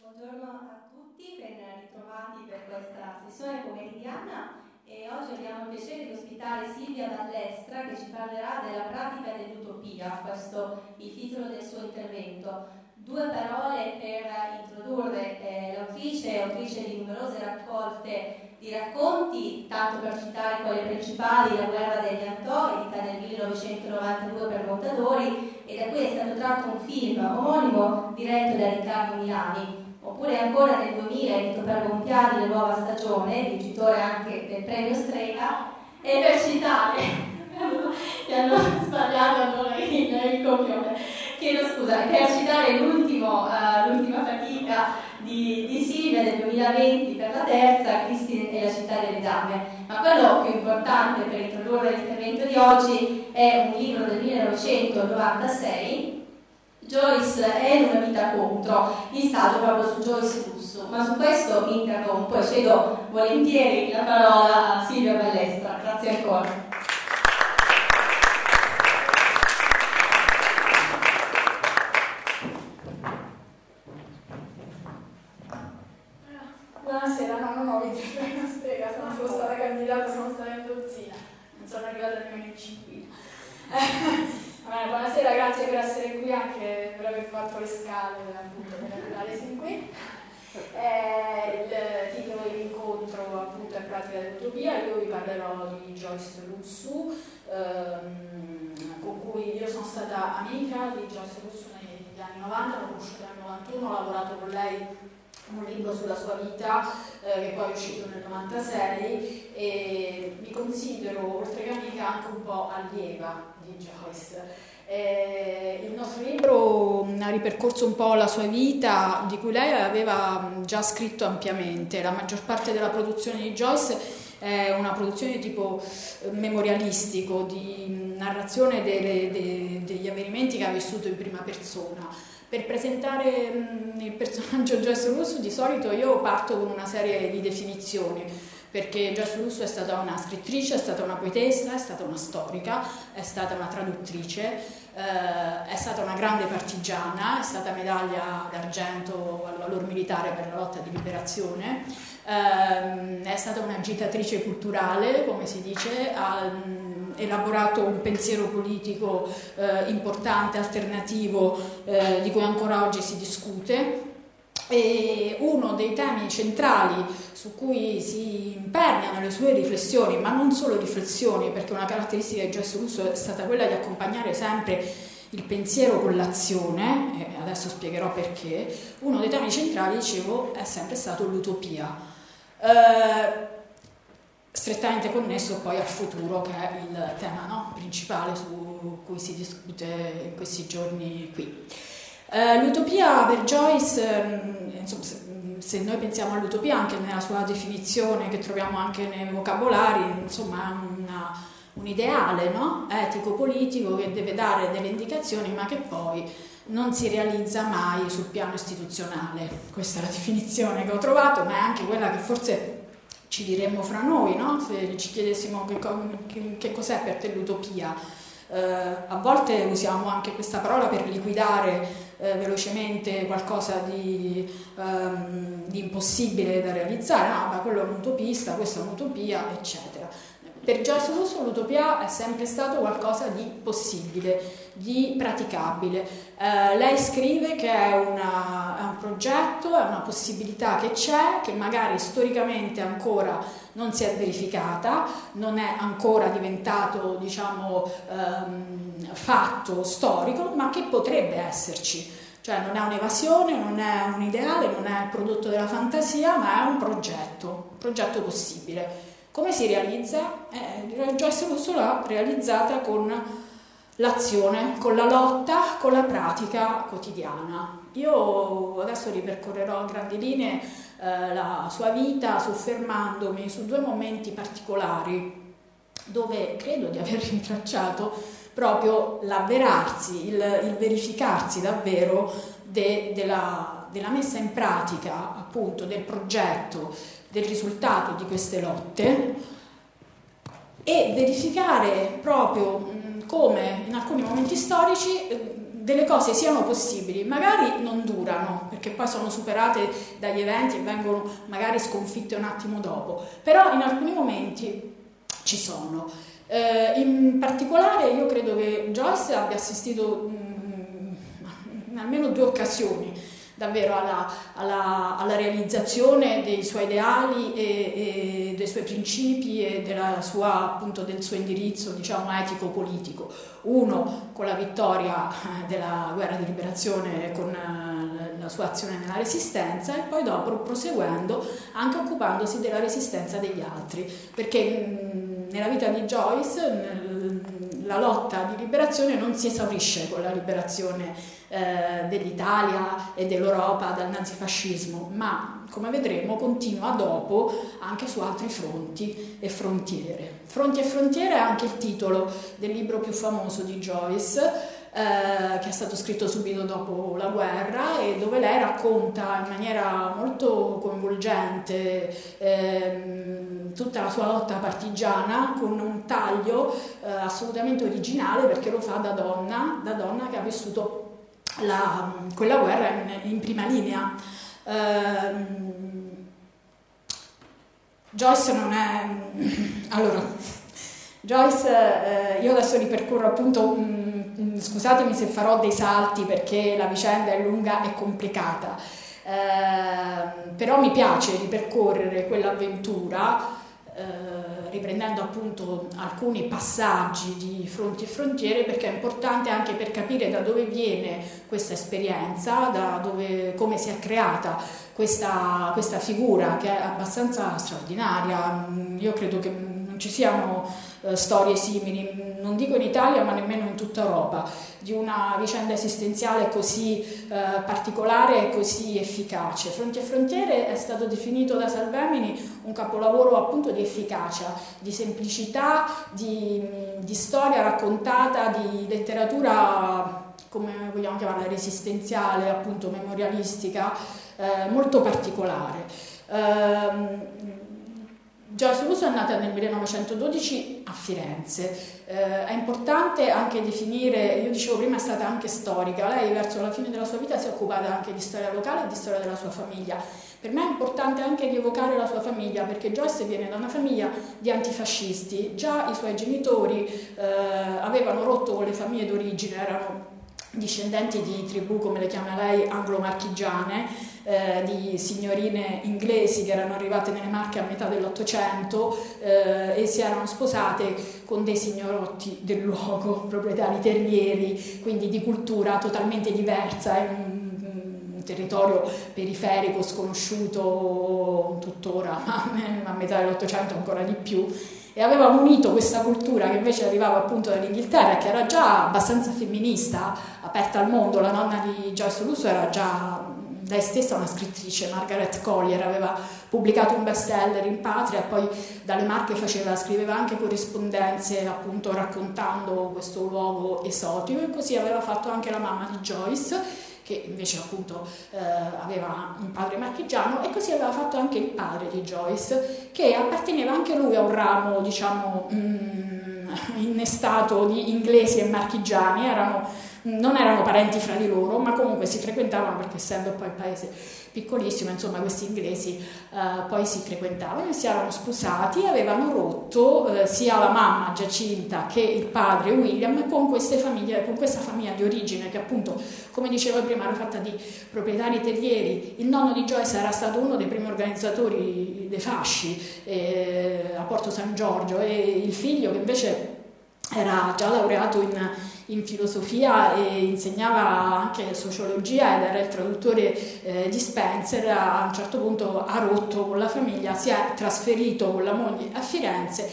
Buongiorno a tutti, ben ritrovati per questa sessione pomeridiana e oggi abbiamo il piacere di ospitare Silvia Ballestra che ci parlerà della pratica dell'utopia, questo è il titolo del suo intervento. Due parole per introdurre l'autrice, autrice di numerose raccolte di racconti, tanto per citare quelle principali, La guerra degli Antò, edita nel 1992 per Mondadori, e da cui è stato tratto un film omonimo diretto da Riccardo Milani. Oppure ancora nel 2000 edito per Gontiani La nuova stagione, vincitore anche del premio Strega, e per citare, che hanno sbagliato allora il copione, chiedo scusa, per citare l'ultima fatica di Silvia del 2020 per la terza, Christine e la città delle dame. Ma quello più importante per introdurre l'intervento di oggi è un libro del 1996, Joyce è una vita contro, in saggio proprio su Joyce Russo, ma su questo mi interrompo e cedo volentieri la parola a Silvia Ballestra. Grazie ancora. Buonasera, no, non ho vinto il premio Strega, sono stata candidata, sono stata in dozzina, non sono arrivata nemmeno in cinquina. Buonasera, grazie per essere qui, anche per aver fatto le scale appunto per arrivare sin qui. Il titolo dell'incontro appunto è Pratica dell'utopia. Io vi parlerò di Joyce Russo, con cui io sono stata amica di Joyce Russo negli anni 90, l'ho conosciuta nel 91, ho lavorato con lei un libro sulla sua vita che poi è uscito nel 96 e mi considero, oltre che amica, anche un po' allieva di Joyce. Il nostro libro ha ripercorso un po' la sua vita, di cui lei aveva già scritto ampiamente. La maggior parte della produzione di Joyce è una produzione di tipo memorialistico, di narrazione degli avvenimenti che ha vissuto in prima persona. Per presentare il personaggio Joyce Russo di solito io parto con una serie di definizioni, perché Joyce Russo è stata una scrittrice, è stata una poetessa, è stata una storica, è stata una traduttrice, è stata una grande partigiana, è stata medaglia d'argento al valor militare per la lotta di liberazione, è stata un'agitatrice culturale, come si dice, ha elaborato un pensiero politico importante, alternativo, di cui ancora oggi si discute. E uno dei temi centrali su cui si imperniano le sue riflessioni, ma non solo riflessioni, perché una caratteristica di Joyce Russo è stata quella di accompagnare sempre il pensiero con l'azione, e adesso spiegherò perché. Uno dei temi centrali, dicevo, è sempre stato l'utopia, strettamente connesso poi al futuro, che è il tema principale su cui si discute in questi giorni qui. L'utopia per Joyce, insomma, se noi pensiamo all'utopia anche nella sua definizione che troviamo anche nei vocabolari, insomma è un ideale, no? Etico-politico, che deve dare delle indicazioni ma che poi non si realizza mai sul piano istituzionale. Questa è la definizione che ho trovato, ma è anche quella che forse ci diremmo fra noi, no? Se ci chiedessimo che cos'è per te l'utopia. A volte usiamo anche questa parola per liquidare velocemente qualcosa di impossibile da realizzare, no, ma quello è un utopista, questa è un'utopia, eccetera. Per Joyce Russo l'utopia è sempre stato qualcosa di possibile, di praticabile. Lei scrive che è un progetto, è una possibilità che c'è, che magari storicamente ancora non si è verificata, non è ancora diventato, diciamo, fatto storico, ma che potrebbe esserci. Cioè non è un'evasione, non è un ideale, non è il prodotto della fantasia, ma è un progetto possibile. Come si realizza? Joyce Russo l'ha realizzata con l'azione, con la lotta, con la pratica quotidiana. Io adesso ripercorrerò a grandi linee la sua vita, soffermandomi su due momenti particolari dove credo di aver rintracciato proprio l'avverarsi, il verificarsi davvero della messa in pratica appunto del progetto, del risultato di queste lotte, e verificare proprio come in alcuni momenti storici delle cose siano possibili, magari non durano, perché poi sono superate dagli eventi e vengono magari sconfitte un attimo dopo, però in alcuni momenti ci sono. In particolare io credo che Joyce abbia assistito in almeno 2 occasioni davvero alla realizzazione dei suoi ideali e dei suoi principi e appunto, del suo indirizzo, diciamo, etico-politico. Uno con la vittoria della guerra di liberazione con la sua azione nella resistenza, e poi dopo proseguendo anche occupandosi della resistenza degli altri, perché nella vita di Joyce la lotta di liberazione non si esaurisce con la liberazione dell'Italia e dell'Europa dal nazifascismo, ma come vedremo continua dopo anche su altri fronti e frontiere. Fronti e frontiere è anche il titolo del libro più famoso di Joyce, che è stato scritto subito dopo la guerra, e dove lei racconta in maniera molto coinvolgente tutta la sua lotta partigiana, con un taglio assolutamente originale, perché lo fa da donna che ha vissuto quella guerra in prima linea. Joyce non è... Allora, Joyce, io adesso ripercorro appunto, scusatemi se farò dei salti perché la vicenda è lunga e complicata, però mi piace ripercorrere quell'avventura riprendendo appunto alcuni passaggi di Fronti e Frontiere, perché è importante anche per capire da dove viene questa esperienza, come si è creata questa figura, che è abbastanza straordinaria. Io credo che non ci siano storie simili, non dico in Italia ma nemmeno in tutta Europa, di una vicenda esistenziale così particolare e così efficace. Fronti e Frontiere è stato definito da Salvemini un capolavoro appunto di efficacia, di semplicità, di storia raccontata, di letteratura, come vogliamo chiamarla, resistenziale, appunto memorialistica, molto particolare. Joyce Russo è nata nel 1912 a Firenze. È importante anche definire, io dicevo prima è stata anche storica, lei verso la fine della sua vita si è occupata anche di storia locale e di storia della sua famiglia. Per me è importante anche rievocare la sua famiglia, perché Joyce viene da una famiglia di antifascisti. Già i suoi genitori avevano rotto con le famiglie d'origine, erano discendenti di tribù, come le chiama lei, anglo-marchigiane, di signorine inglesi che erano arrivate nelle Marche a metà dell'Ottocento e si erano sposate con dei signorotti del luogo, proprietari terrieri, quindi di cultura totalmente diversa, in un territorio periferico, sconosciuto tuttora, ma a metà dell'Ottocento ancora di più. E aveva unito questa cultura che invece arrivava appunto dall'Inghilterra, che era già abbastanza femminista, aperta al mondo. La nonna di Joyce Russo era già lei stessa una scrittrice, Margaret Collier, aveva pubblicato un bestseller in patria e poi dalle Marche scriveva anche corrispondenze appunto raccontando questo luogo esotico, e così aveva fatto anche la mamma di Joyce, che invece appunto aveva un padre marchigiano, e così aveva fatto anche il padre di Joyce, che apparteneva anche lui a un ramo, diciamo, innestato di inglesi e marchigiani. Non erano parenti fra di loro, ma comunque si frequentavano, perché essendo poi un paese piccolissimo, insomma, questi inglesi poi si frequentavano e si erano sposati e avevano rotto sia la mamma Giacinta che il padre William con questa famiglia di origine, che appunto, come dicevo prima, era fatta di proprietari terrieri. Il nonno di Joyce era stato uno dei primi organizzatori dei fasci a Porto San Giorgio, e il figlio, che invece era già laureato in filosofia e insegnava anche sociologia ed era il traduttore di Spencer, a un certo punto ha rotto con la famiglia, si è trasferito con la moglie a Firenze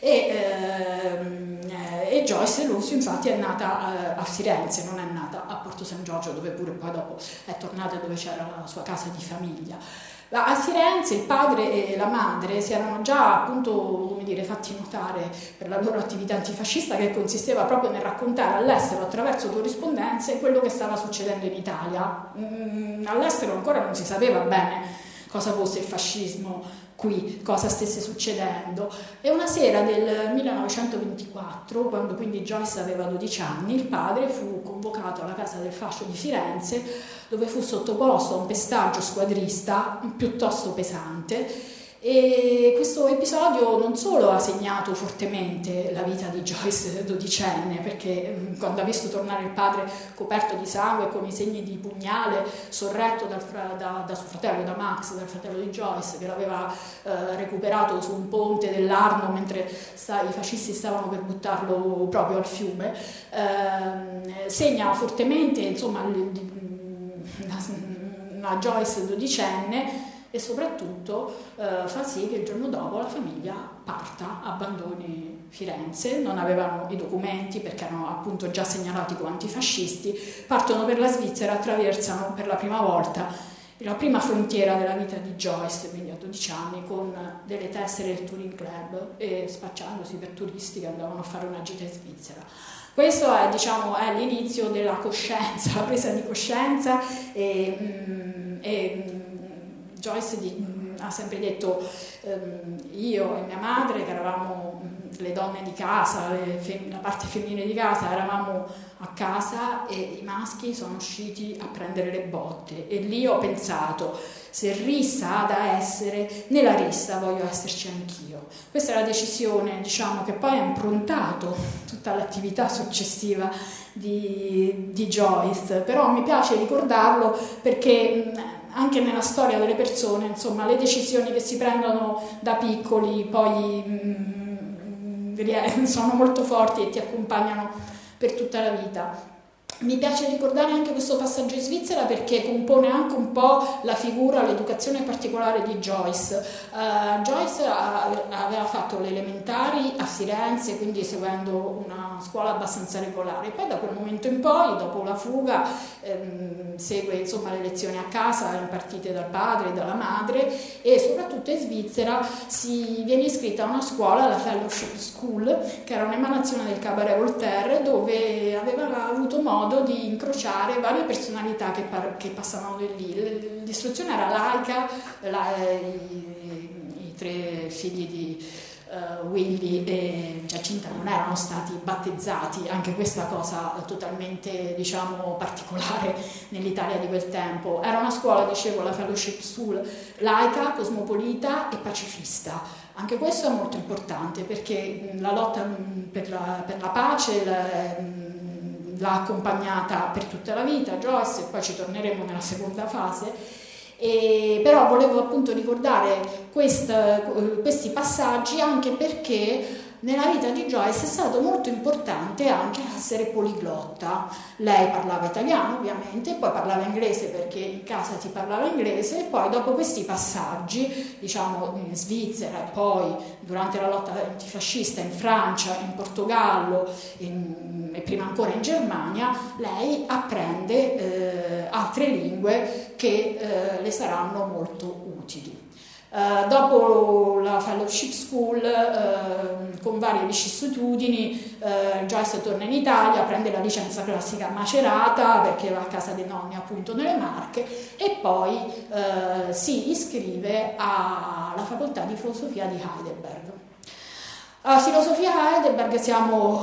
e Joyce Russo infatti è nata a Firenze, non è nata a Porto San Giorgio, dove pure poi dopo è tornata, dove c'era la sua casa di famiglia. A Firenze il padre e la madre si erano già appunto, come dire, fatti notare per la loro attività antifascista, che consisteva proprio nel raccontare all'estero attraverso corrispondenze quello che stava succedendo in Italia. All'estero ancora non si sapeva bene cosa fosse il fascismo, qui cosa stesse succedendo. E una sera del 1924, quando quindi Joyce aveva 12 anni, il padre fu convocato alla Casa del Fascio di Firenze, dove fu sottoposto a un pestaggio squadrista piuttosto pesante. E questo episodio non solo ha segnato fortemente la vita di Joyce dodicenne, perché quando ha visto tornare il padre coperto di sangue con i segni di pugnale, sorretto da suo fratello, da Max, dal fratello di Joyce, che l'aveva recuperato su un ponte dell'Arno mentre i fascisti stavano per buttarlo proprio al fiume, segna fortemente, insomma, una Joyce dodicenne, e soprattutto fa sì che il giorno dopo la famiglia parta, abbandoni Firenze, non avevano i documenti perché erano appunto già segnalati come antifascisti, partono per la Svizzera, attraversano per la prima volta la prima frontiera della vita di Joyce, quindi a 12 anni, con delle tessere del Touring Club e spacciandosi per turisti che andavano a fare una gita in Svizzera. Questo è, diciamo, è l'inizio della coscienza, la presa di coscienza e Joyce ha sempre detto io e mia madre, che eravamo le donne di casa, la parte femminile di casa, eravamo a casa e i maschi sono usciti a prendere le botte, e lì ho pensato, se rissa ha da essere, nella rissa voglio esserci anch'io. Questa è la decisione, diciamo, che poi ha improntato tutta l'attività successiva di Joyce, però mi piace ricordarlo perché anche nella storia delle persone, insomma, le decisioni che si prendono da piccoli poi sono molto forti e ti accompagnano per tutta la vita. Mi piace ricordare anche questo passaggio in Svizzera perché compone anche un po' la figura, l'educazione particolare di Joyce. Joyce aveva fatto le elementari a Firenze, quindi seguendo una scuola abbastanza regolare. Poi da quel momento in poi, dopo la fuga, segue, insomma, le lezioni a casa impartite dal padre e dalla madre, e soprattutto in Svizzera viene iscritta a una scuola, la Fellowship School, che era un'emanazione del Cabaret Voltaire, dove aveva avuto modo di incrociare varie personalità che passavano lì. L'istruzione era laica, i tre figli di Willy e Giacinta non erano stati battezzati, anche questa cosa totalmente, diciamo, particolare nell'Italia di quel tempo. Era una scuola, dicevo, la Fellowship School, laica, cosmopolita e pacifista. Anche questo è molto importante perché la lotta per la pace l'ha accompagnata per tutta la vita Joyce, e poi ci torneremo nella seconda fase. Però volevo appunto ricordare questi passaggi anche perché nella vita di Joyce è stato molto importante anche essere poliglotta. Lei parlava italiano ovviamente, poi parlava inglese perché in casa si parlava inglese, e poi dopo questi passaggi, diciamo, in Svizzera e poi durante la lotta antifascista in Francia, in Portogallo e prima ancora in Germania, lei apprende altre lingue che le saranno molto utili. Dopo la Fellowship School, con varie vicissitudini, Joyce torna in Italia, prende la licenza classica a Macerata perché va a casa dei nonni appunto nelle Marche, e poi si iscrive alla facoltà di filosofia di Heidelberg. A filosofia Heidelberg siamo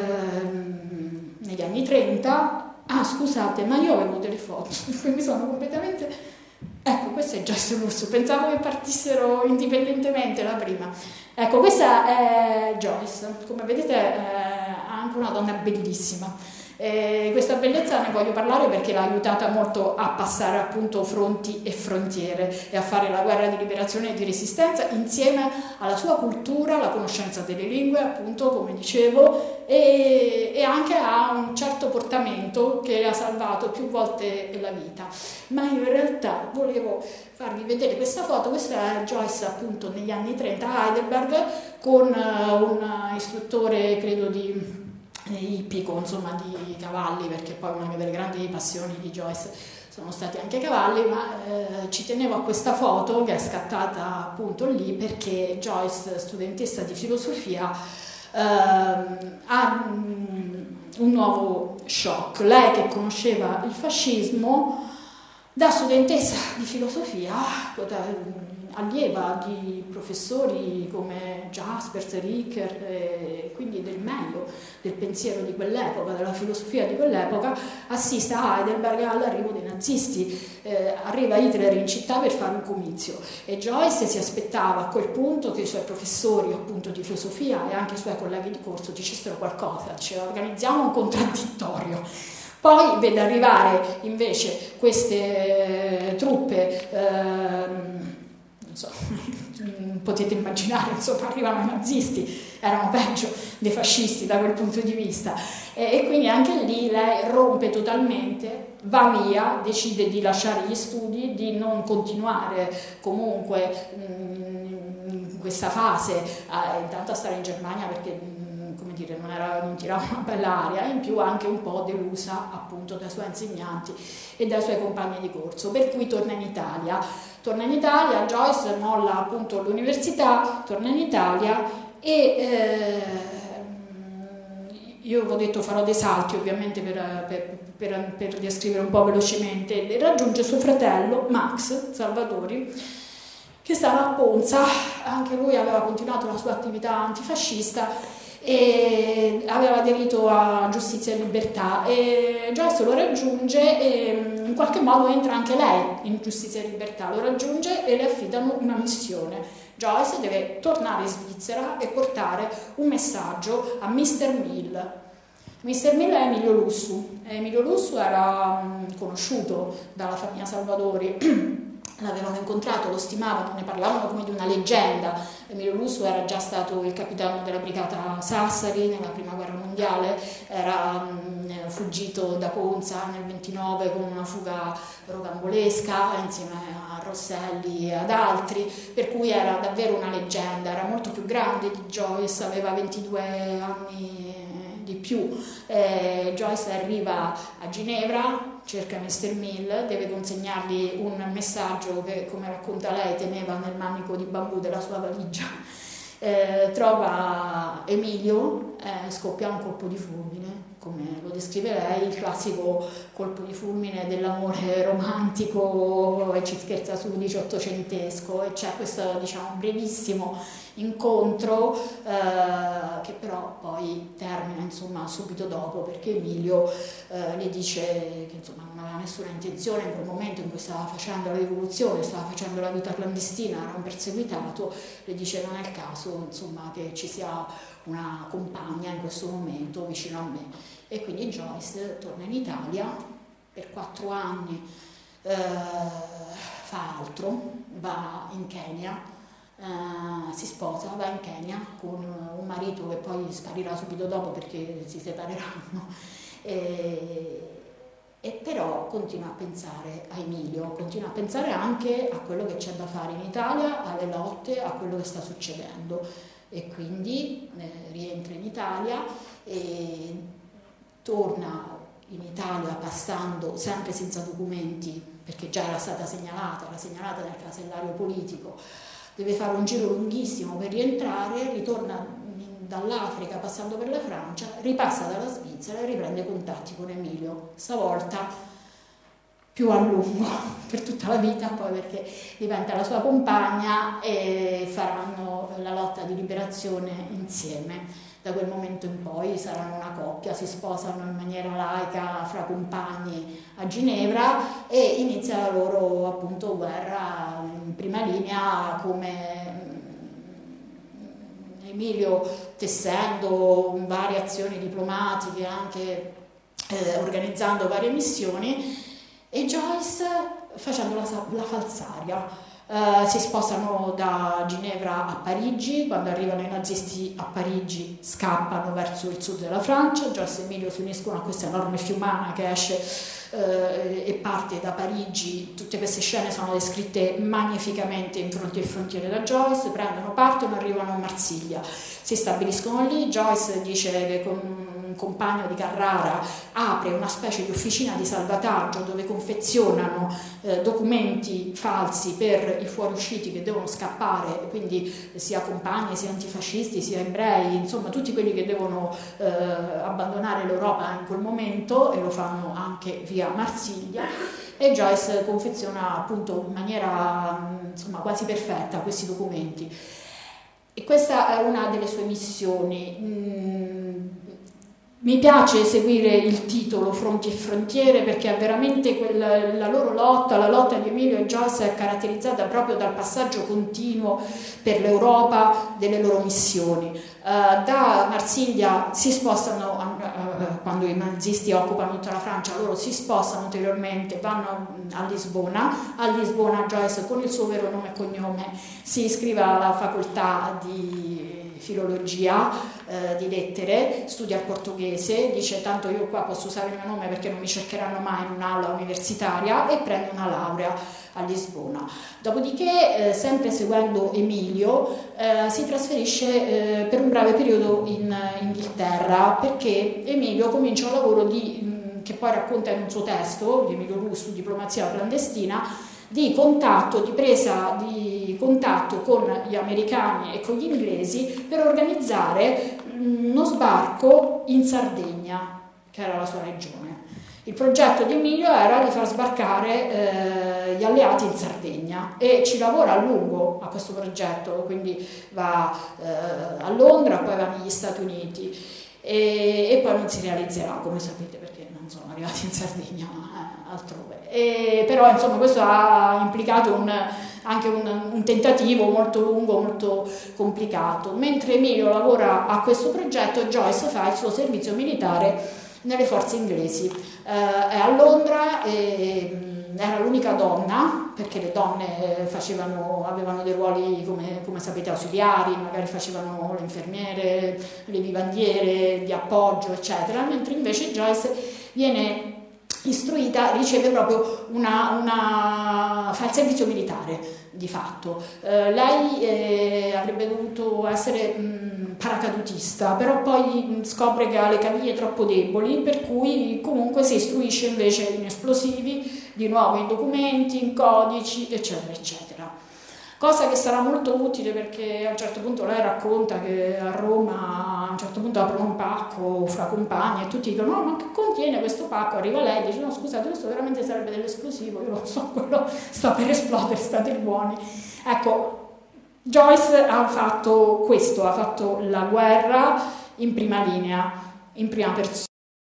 negli anni 30. Scusate, ma io avevo delle foto, quindi sono completamente... Ecco, questa è Joyce Russo, pensavo che partissero indipendentemente la prima. Ecco, questa è Joyce, come vedete è anche una donna bellissima. Questa bellezza ne voglio parlare perché l'ha aiutata molto a passare appunto fronti e frontiere e a fare la guerra di liberazione e di resistenza insieme alla sua cultura, la conoscenza delle lingue, appunto, come dicevo, e anche a un certo portamento che le ha salvato più volte la vita. Ma in realtà volevo farvi vedere questa foto. Questa è Joyce appunto negli anni 30 a Heidelberg con un istruttore, credo di ippico, insomma, di cavalli, perché poi una delle grandi passioni di Joyce sono stati anche i cavalli, ma ci tenevo a questa foto che è scattata appunto lì perché Joyce, studentessa di filosofia, ha un nuovo shock. Lei che conosceva il fascismo Da studentessa di filosofia, allieva di professori come Jaspers, Ricker, quindi del meglio del pensiero di quell'epoca, della filosofia di quell'epoca, assiste a Heidelberg all'arrivo dei nazisti. Arriva Hitler in città per fare un comizio e Joyce si aspettava a quel punto che i suoi professori appunto di filosofia e anche i suoi colleghi di corso dicessero qualcosa, cioè organizziamo un contraddittorio. Poi vede arrivare invece queste truppe, non so, potete immaginare, insomma, arrivano i nazisti, erano peggio dei fascisti da quel punto di vista, e quindi anche lì lei rompe totalmente, va via, decide di lasciare gli studi, di non continuare comunque in questa fase, intanto a stare in Germania perché non tirava una bella aria, e in più anche un po' delusa appunto dai suoi insegnanti e dai suoi compagni di corso, per cui torna in Italia, Joyce molla appunto l'università, torna in Italia e io avevo detto farò dei salti ovviamente per descrivere un po' velocemente, e raggiunge suo fratello Max Salvatori, che stava a Ponza, anche lui aveva continuato la sua attività antifascista e aveva aderito a Giustizia e Libertà, e Joyce lo raggiunge e in qualche modo entra anche lei in Giustizia e Libertà, lo raggiunge e le affidano una missione. Joyce deve tornare in Svizzera e portare un messaggio a Mr. Mill. Mr. Mill è Emilio Lussu. Emilio Lussu era conosciuto dalla famiglia Salvatori, l'avevano incontrato, lo stimavano, ne parlavano come di una leggenda. Emilio Lussu era già stato il capitano della brigata Sassari nella prima guerra mondiale, era fuggito da Ponza nel 29 con una fuga rocambolesca insieme a Rosselli e ad altri, per cui era davvero una leggenda, era molto più grande di Joyce, aveva 22 anni di più. Joyce arriva a Ginevra, cerca Mr. Mill, deve consegnargli un messaggio che, come racconta lei, teneva nel manico di bambù della sua valigia. Trova Emilio, scoppia un colpo di fulmine, come lo descrive lei, il classico colpo di fulmine dell'amore romantico, e ci scherza su, dice ottocentesco, e c'è questo, diciamo, brevissimo incontro che però poi termina, insomma, subito dopo, perché Emilio le dice che, insomma, non aveva nessuna intenzione in quel momento in cui stava facendo la rivoluzione, stava facendo la vita clandestina, era un perseguitato, le dice non è il caso, insomma, che ci sia una compagna in questo momento vicino a me. E quindi Joyce torna in Italia per 4 anni, fa altro, va in Kenya, si sposa, va in Kenya con un marito che poi sparirà subito dopo perché si separeranno, e però continua a pensare a Emilio, continua a pensare anche a quello che c'è da fare in Italia, alle lotte, a quello che sta succedendo, e quindi rientra in Italia e torna in Italia passando sempre senza documenti, perché già era segnalata nel casellario politico, deve fare un giro lunghissimo per rientrare, ritorna dall'Africa passando per la Francia, ripassa dalla Svizzera e riprende contatti con Emilio, stavolta più a lungo, per tutta la vita, poi perché diventa la sua compagna e faranno la lotta di liberazione insieme. Da quel momento in poi saranno una coppia, si sposano in maniera laica fra compagni a Ginevra e inizia la loro, appunto, guerra in prima linea, come Emilio tessendo varie azioni diplomatiche, anche organizzando varie missioni, e Joyce facendo la falsaria. Si spostano da Ginevra a Parigi, quando arrivano i nazisti a Parigi scappano verso il sud della Francia, Joyce e Emilio si uniscono a questa enorme fiumana che esce e parte da Parigi. Tutte queste scene sono descritte magnificamente in Fronti e Frontiere da Joyce, prendono, partono, arrivano a Marsiglia, si stabiliscono lì. Joyce dice che con un compagno di Carrara apre una specie di officina di salvataggio dove confezionano documenti falsi per i fuoriusciti che devono scappare, quindi sia compagni, sia antifascisti, sia ebrei, insomma tutti quelli che devono abbandonare l'Europa in quel momento, e lo fanno anche via Marsiglia. e Joyce confeziona appunto in maniera insomma quasi perfetta questi documenti. E questa è una delle sue missioni. Mi piace seguire il titolo Fronti e Frontiere perché è veramente la loro lotta, la lotta di Emilio e Joyce è caratterizzata proprio dal passaggio continuo per l'Europa delle loro missioni. Da Marsiglia si spostano, quando i nazisti occupano tutta la Francia, loro si spostano ulteriormente, vanno a Lisbona. A Lisbona Joyce con il suo vero nome e cognome si iscrive alla facoltà di filologia, di lettere, studia il portoghese, dice tanto io qua posso usare il mio nome perché non mi cercheranno mai in un'aula universitaria, e prende una laurea a Lisbona. Dopodiché, sempre seguendo Emilio, si trasferisce per un breve periodo in Inghilterra, perché Emilio comincia un lavoro che poi racconta in un suo testo, di Emilio Lussu, Diplomazia clandestina, di contatto, di presa di contatto con gli americani e con gli inglesi per organizzare uno sbarco in Sardegna, che era la sua regione. Il progetto di Emilio era di far sbarcare gli alleati in Sardegna, e ci lavora a lungo a questo progetto, quindi va a Londra, poi va negli Stati Uniti e poi non si realizzerà, come sapete, perché non sono arrivati in Sardegna, ma altrove. Però insomma questo ha implicato anche un tentativo molto lungo, molto complicato. Mentre Emilio lavora a questo progetto, Joyce fa il suo servizio militare nelle forze inglesi. È a Londra e era l'unica donna, perché le donne avevano dei ruoli, come sapete, ausiliari, magari facevano le infermiere, le vivandiere, di appoggio, eccetera, mentre invece Joyce viene istruita, riceve proprio fa il servizio militare di fatto. Lei avrebbe dovuto essere paracadutista, però poi scopre che ha le caviglie troppo deboli, per cui comunque si istruisce invece in esplosivi, di nuovo in documenti, in codici, eccetera, eccetera. Cosa che sarà molto utile, perché a un certo punto lei racconta che a Roma a un certo punto aprono un pacco fra compagni e tutti dicono no, ma che contiene questo pacco? Arriva lei e dice no, scusate, questo veramente sarebbe dell'esplosivo, io lo so, quello sta per esplodere, state buoni. Ecco, Joyce ha fatto questo, ha fatto la guerra in prima linea, in prima persona.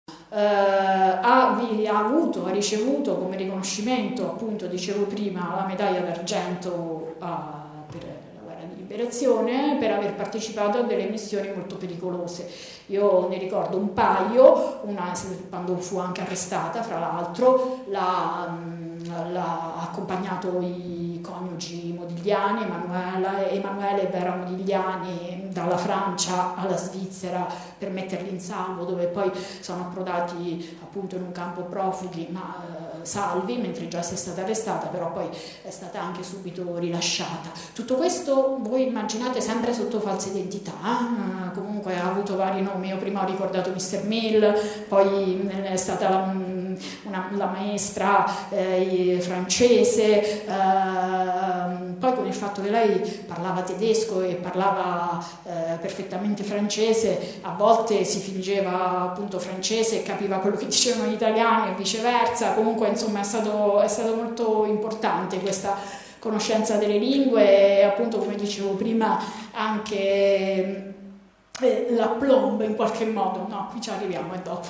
Ha ricevuto come riconoscimento, appunto dicevo prima, la medaglia d'argento per la guerra di liberazione, per aver partecipato a delle missioni molto pericolose. Io ne ricordo un paio, una quando fu anche arrestata, fra l'altro, l'ha accompagnato i coniugi Modigliani, Emanuele e Vera Modigliani, dalla Francia alla Svizzera per metterli in salvo, dove poi sono approdati appunto in un campo profughi, ma salvi, mentre Joyce è stata arrestata, però poi è stata anche subito rilasciata. Tutto questo voi immaginate sempre sotto falsa identità, comunque ha avuto vari nomi. Io prima ho ricordato Mr. Mill, poi è stata la maestra francese, poi con il fatto che lei parlava tedesco e parlava perfettamente francese, a volte si fingeva appunto francese e capiva quello che dicevano gli italiani e viceversa. Comunque insomma è stato molto importante questa conoscenza delle lingue e appunto, come dicevo prima, anche l'aplomb in qualche modo. No, qui ci arriviamo, è dopo.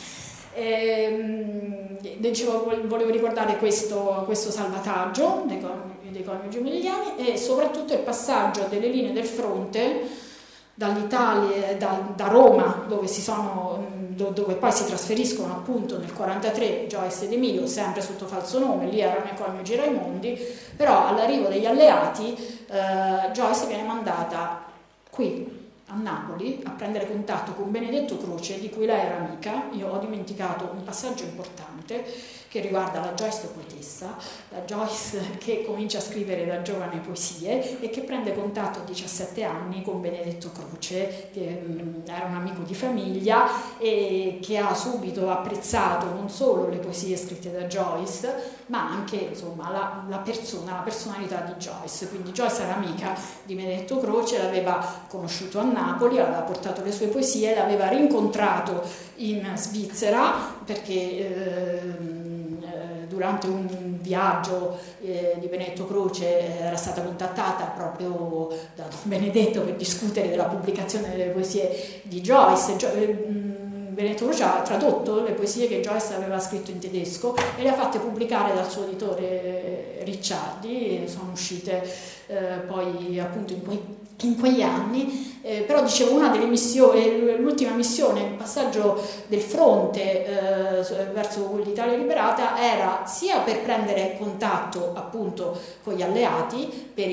Volevo ricordare questo salvataggio dei coniugi Modigliani e soprattutto il passaggio delle linee del fronte dall'Italia, da Roma, dove poi si trasferiscono appunto nel 1943 Joyce ed Emilio, sempre sotto falso nome, lì erano i coniugi Raimondi, però all'arrivo degli alleati Joyce viene mandata qui a Napoli a prendere contatto con Benedetto Croce, di cui lei era amica. Io ho dimenticato un passaggio importante che riguarda la Joyce poetessa, la Joyce che comincia a scrivere da giovane poesie e che prende contatto a 17 anni con Benedetto Croce, che era un amico di famiglia e che ha subito apprezzato non solo le poesie scritte da Joyce, ma anche insomma la personalità di Joyce. Quindi Joyce era amica di Benedetto Croce, l'aveva conosciuto a Napoli, aveva portato le sue poesie, l'aveva rincontrato in Svizzera perché durante un viaggio di Benedetto Croce era stata contattata proprio da Don Benedetto per discutere della pubblicazione delle poesie di Joyce. Benedetto Croce ha tradotto le poesie che Joyce aveva scritto in tedesco e le ha fatte pubblicare dal suo editore Ricciardi, sono uscite poi appunto in quegli anni, però dicevo una delle missioni, l'ultima missione, il passaggio del fronte verso l'Italia liberata era sia per prendere contatto appunto con gli alleati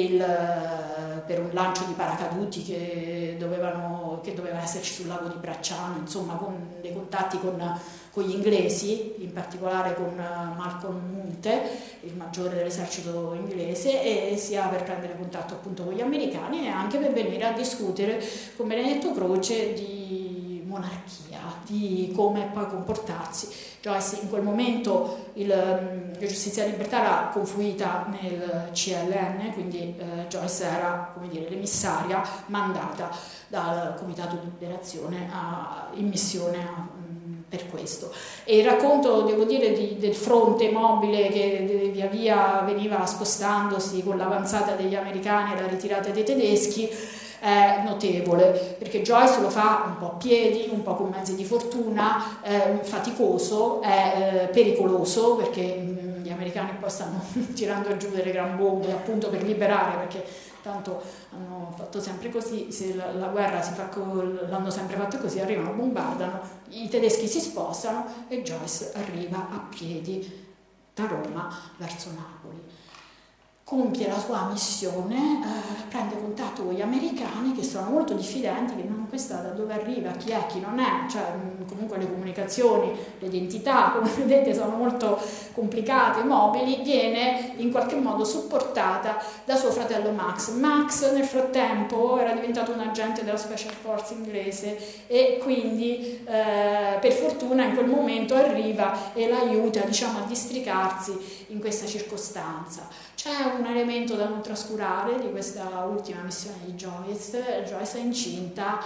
per un lancio di paracaduti che doveva esserci sul lago di Bracciano, insomma con dei contatti con gli inglesi, in particolare con Malcolm Munte, il maggiore dell'esercito inglese, e sia per prendere contatto appunto con gli americani e anche per venire a discutere con Benedetto Croce di monarchia, di come poi comportarsi. Joyce in quel momento la Giustizia e Libertà era confluita nel CLN, quindi Joyce era, come dire, l'emissaria mandata dal Comitato di Liberazione in missione per questo. E il racconto, devo dire, del fronte mobile che via via veniva spostandosi con l'avanzata degli americani e la ritirata dei tedeschi è notevole, perché Joyce lo fa un po' a piedi, un po' con mezzi di fortuna, è faticoso, è pericoloso, perché gli americani poi stanno tirando giù delle gran bombe appunto per liberare, perché tanto hanno fatto sempre così, se la guerra l'hanno sempre fatto così, arrivano, bombardano, i tedeschi si spostano e Joyce arriva a piedi da Roma verso Napoli. Compie la sua missione, prende contatto con gli americani che sono molto diffidenti, che non questa da dove arriva, chi è, chi non è, cioè comunque le comunicazioni, le identità, come vedete sono molto complicate, mobili, viene in qualche modo supportata da suo fratello Max. Max nel frattempo era diventato un agente della Special Force inglese e quindi per fortuna in quel momento arriva e l'aiuta, diciamo, a districarsi in questa circostanza. C'è un elemento da non trascurare di questa ultima missione di Joyce. Joyce è incinta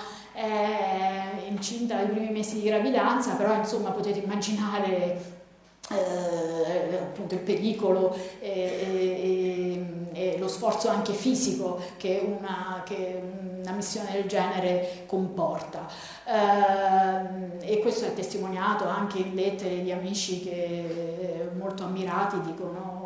ai primi mesi di gravidanza, però insomma potete immaginare appunto il pericolo e lo sforzo anche fisico che una missione del genere comporta, e questo è testimoniato anche in lettere di amici che molto ammirati dicono: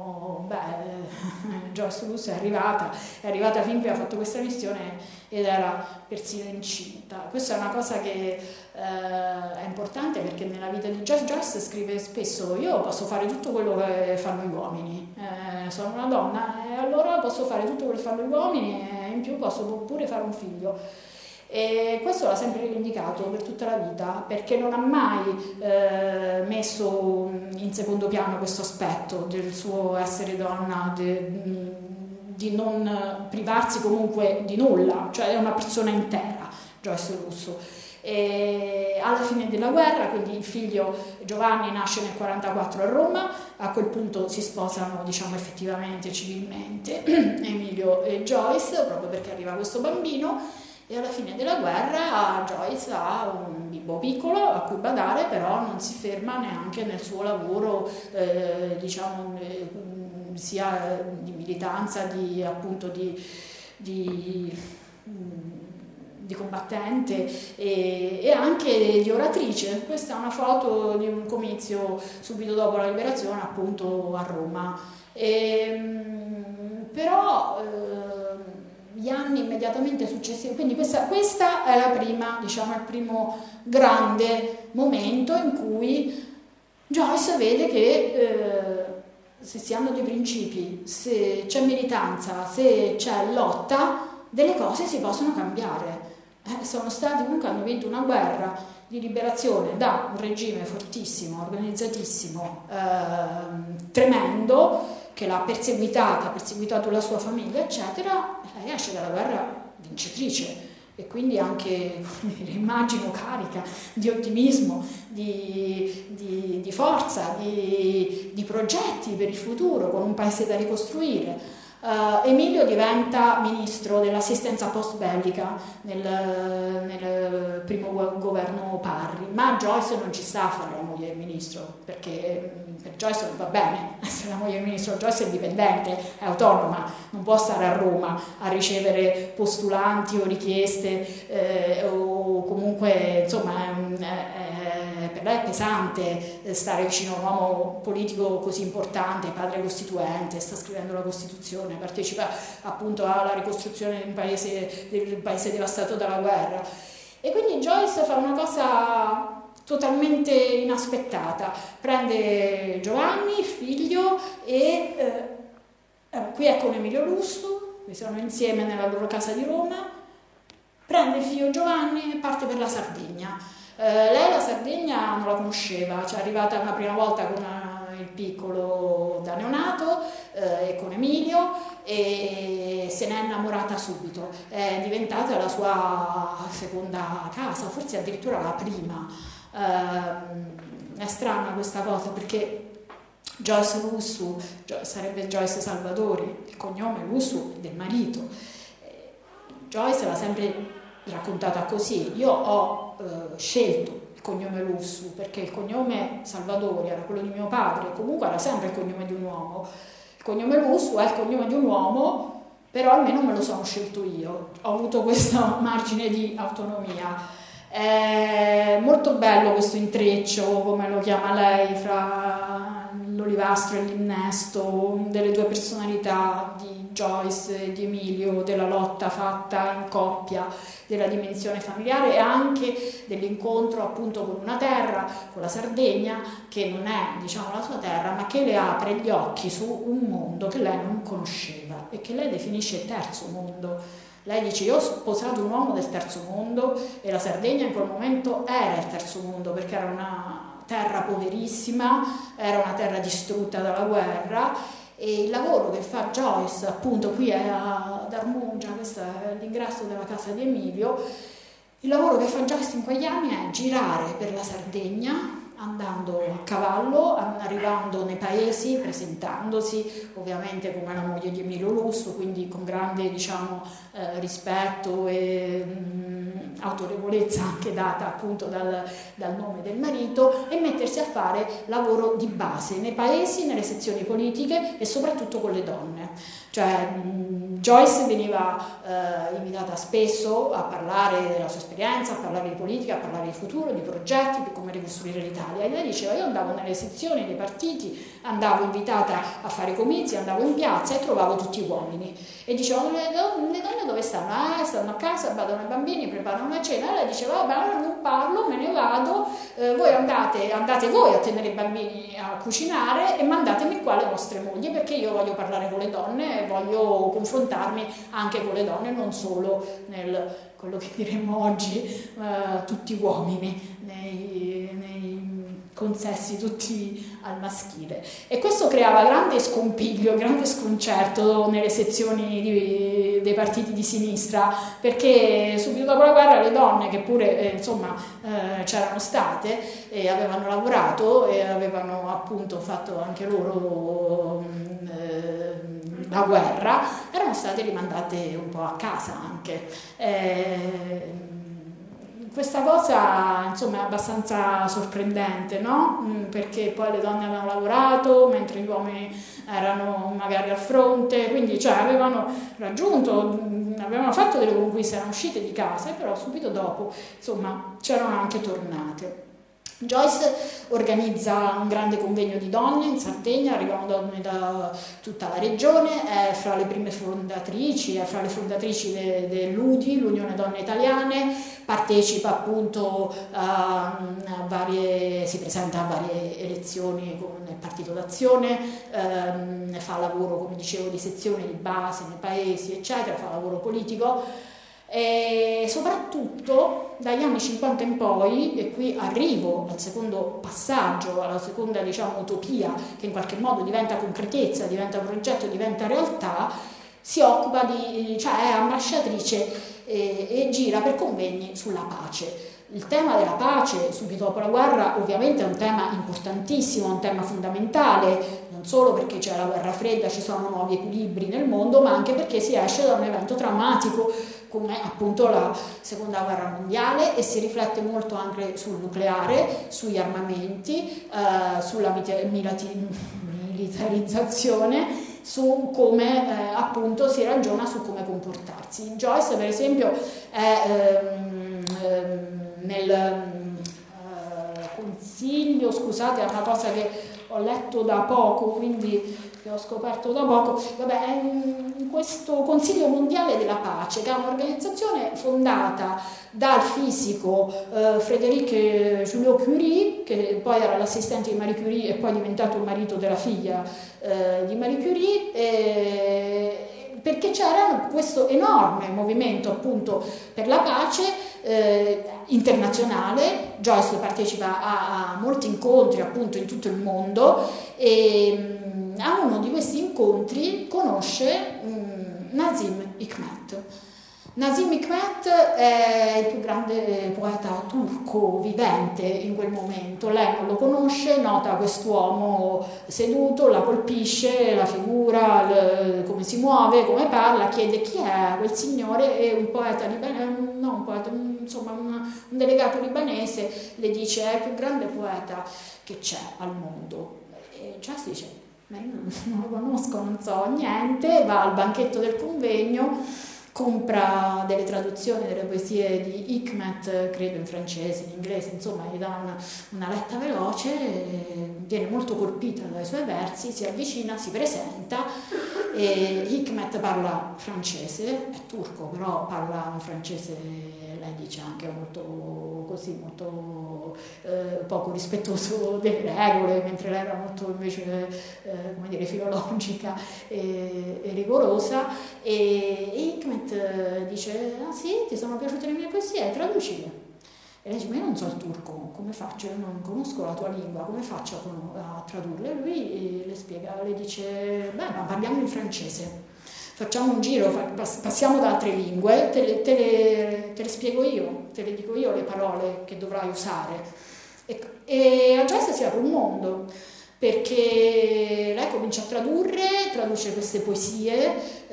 Joyce Russo è arrivata fin qui, ha fatto questa missione ed era persino incinta. Questa è una cosa che è importante, perché nella vita di Joyce scrive spesso: io posso fare tutto quello che fanno gli uomini, sono una donna e allora posso fare tutto quello che fanno gli uomini e in più posso pure fare un figlio. E questo l'ha sempre rivendicato per tutta la vita, perché non ha mai messo in secondo piano questo aspetto del suo essere donna, di non privarsi comunque di nulla, cioè è una persona intera, Joyce Russo. E alla fine della guerra, quindi il figlio Giovanni nasce nel 1944 a Roma, a quel punto si sposano, diciamo, effettivamente, civilmente, Emilio e Joyce, proprio perché arriva questo bambino. E alla fine della guerra Joyce ha un bimbo piccolo a cui badare, però non si ferma neanche nel suo lavoro, diciamo, sia di militanza, appunto di combattente e anche di oratrice. Questa è una foto di un comizio subito dopo la liberazione, appunto a Roma. Però gli anni immediatamente successivi, quindi questa è la prima, diciamo, il primo grande momento in cui Joyce vede che se si hanno dei principi, se c'è militanza, se c'è lotta, delle cose si possono cambiare. Sono stati, comunque hanno vinto una guerra di liberazione da un regime fortissimo, organizzatissimo, tremendo, che l'ha perseguitata, ha perseguitato la sua famiglia, eccetera. Lei esce dalla guerra vincitrice e quindi anche, immagino, carica di ottimismo, di forza, di progetti per il futuro, con un paese da ricostruire. Emilio diventa ministro dell'assistenza post-bellica nel primo governo Parri, ma Joyce non ci sta a fare la moglie del ministro, perché per Joyce non va bene essere la moglie del ministro. Joyce è indipendente, è autonoma, non può stare a Roma a ricevere postulanti o richieste o comunque insomma per lei è pesante stare vicino a un uomo politico così importante, padre costituente, sta scrivendo la Costituzione, partecipa appunto alla ricostruzione del paese devastato dalla guerra. E quindi Joyce fa una cosa totalmente inaspettata, prende Giovanni, il figlio, e qui è con Emilio Lussu, qui sono insieme nella loro casa di Roma, prende il figlio Giovanni e parte per la Sardegna. Lei la Sardegna non la conosceva, è arrivata una prima volta con il piccolo da neonato e con Emilio, e se n'è innamorata subito, è diventata la sua seconda casa, forse addirittura la prima. È strana questa cosa, perché Joyce Lussu sarebbe Joyce Salvatori, il cognome Lussu è del marito. Joyce l'ha sempre raccontata così: io ho scelto il cognome Lussu perché il cognome Salvatori era quello di mio padre, comunque era sempre il cognome di un uomo. Il cognome Lussu è il cognome di un uomo, però almeno me lo sono scelto io, ho avuto questo margine di autonomia. È molto bello questo intreccio, come lo chiama lei, fra l'olivastro e l'innesto, delle due personalità di Joyce e di Emilio, della lotta fatta in coppia, della dimensione familiare e anche dell'incontro appunto con una terra, con la Sardegna, che non è diciamo la sua terra, ma che le apre gli occhi su un mondo che lei non conosceva e che lei definisce terzo mondo. Lei dice: io ho sposato un uomo del terzo mondo, e la Sardegna in quel momento era il terzo mondo, perché era una terra poverissima, era una terra distrutta dalla guerra, e il lavoro che fa Joyce appunto qui ad Armungia, questo è l'ingresso della casa di Emilio, il lavoro che fa Joyce in quegli anni è girare per la Sardegna, andando a cavallo, arrivando nei paesi, presentandosi ovviamente come la moglie di Emilio Lussu, quindi con grande rispetto e autorevolezza anche data appunto dal nome del marito, e mettersi a fare lavoro di base nei paesi, nelle sezioni politiche e soprattutto con le donne. Cioè Joyce veniva invitata spesso a parlare della sua esperienza, a parlare di politica, a parlare di futuro, di progetti, di come ricostruire l'Italia. E lei diceva: io andavo nelle sezioni dei partiti, andavo invitata a fare comizi, andavo in piazza e trovavo tutti uomini. E dicevano: le donne dove stanno? Stanno a casa, badano ai bambini, preparano la cena. E lei diceva: vabbè, non parlo, me ne vado, voi andate voi a tenere i bambini a cucinare e mandatemi qua le vostre mogli, perché io voglio parlare con le donne e voglio confrontarmi anche con le donne, non solo nel quello che diremmo oggi tutti uomini, nei consessi tutti al maschile. E questo creava grande scompiglio, grande sconcerto nelle sezioni dei partiti di sinistra, perché subito dopo la guerra le donne, che pure c'erano state e avevano lavorato e avevano appunto fatto anche loro la guerra, erano state rimandate un po' a casa anche. Questa cosa insomma è abbastanza sorprendente, no? Perché poi le donne avevano lavorato mentre gli uomini erano magari al fronte, quindi avevano raggiunto, avevano fatto delle conquiste, erano uscite di casa, però subito dopo insomma c'erano anche tornate. Joyce organizza un grande convegno di donne in Sardegna, arrivano donne da tutta la regione, è fra le prime fondatrici, è fra le fondatrici dell'UDI, l'Unione Donne Italiane, partecipa appunto si presenta a varie elezioni con il Partito d'Azione, fa lavoro, come dicevo, di sezione di base nei paesi, eccetera, fa lavoro politico. E soprattutto dagli anni 50 in poi, e qui arrivo al secondo passaggio, alla seconda utopia che in qualche modo diventa concretezza, diventa progetto, diventa realtà, si occupa è ambasciatrice e gira per convegni sulla pace. il tema della pace subito dopo la guerra ovviamente è un tema importantissimo, un tema fondamentale, non solo perché c'è la guerra fredda, ci sono nuovi equilibri nel mondo, ma anche perché si esce da un evento traumatico come appunto la seconda guerra mondiale, e si riflette molto anche sul nucleare, sugli armamenti, sulla militarizzazione, su come appunto si ragiona su come comportarsi. Joyce per esempio è nel consiglio, scusate, è una cosa che ho letto da poco, quindi che ho scoperto da poco, vabbè, è in questo Consiglio Mondiale della Pace, che è un'organizzazione fondata dal fisico Frédéric Joliot-Curie, che poi era l'assistente di Marie Curie e poi è diventato il marito della figlia di Marie Curie, perché c'era questo enorme movimento appunto per la pace internazionale. Joyce partecipa a molti incontri appunto in tutto il mondo, e a uno di questi incontri conosce Nazım Hikmet. Nazım Hikmet è il più grande poeta turco vivente in quel momento. Lei non lo conosce, nota quest'uomo seduto, la colpisce, la figura, come si muove, come parla, chiede chi è quel signore, e un poeta libanese, no, un poeta, insomma un delegato libanese le dice: è il più grande poeta che c'è al mondo. E già si dice: ma io non lo conosco, non so niente. Va al banchetto del convegno, compra delle traduzioni delle poesie di Hikmet, credo in francese, in inglese, insomma gli dà una letta veloce, viene molto colpita dai suoi versi, si avvicina, si presenta, e Hikmet parla francese, è turco però parla un francese, lei dice anche molto così, molto poco rispettoso delle regole, mentre lei era molto invece come dire, filologica e rigorosa. E Hikmet dice: ah sì, ti sono piaciute le mie poesie, traducile. E lei dice: ma io non so il turco, come faccio? Io non conosco la tua lingua, come faccio a tradurle? E lui le spiega, le dice: beh, ma parliamo in francese, facciamo un giro, passiamo da altre lingue, te le spiego io, te le dico io le parole che dovrai usare. E a Joyce si apre un mondo, perché lei comincia a traduce queste poesie,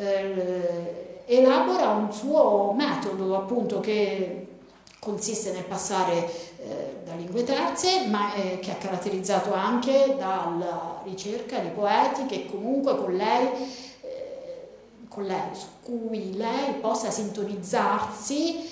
elabora un suo metodo appunto che consiste nel passare da lingue terze, ma che è caratterizzato anche dalla ricerca di poeti che comunque con lei, su cui lei possa sintonizzarsi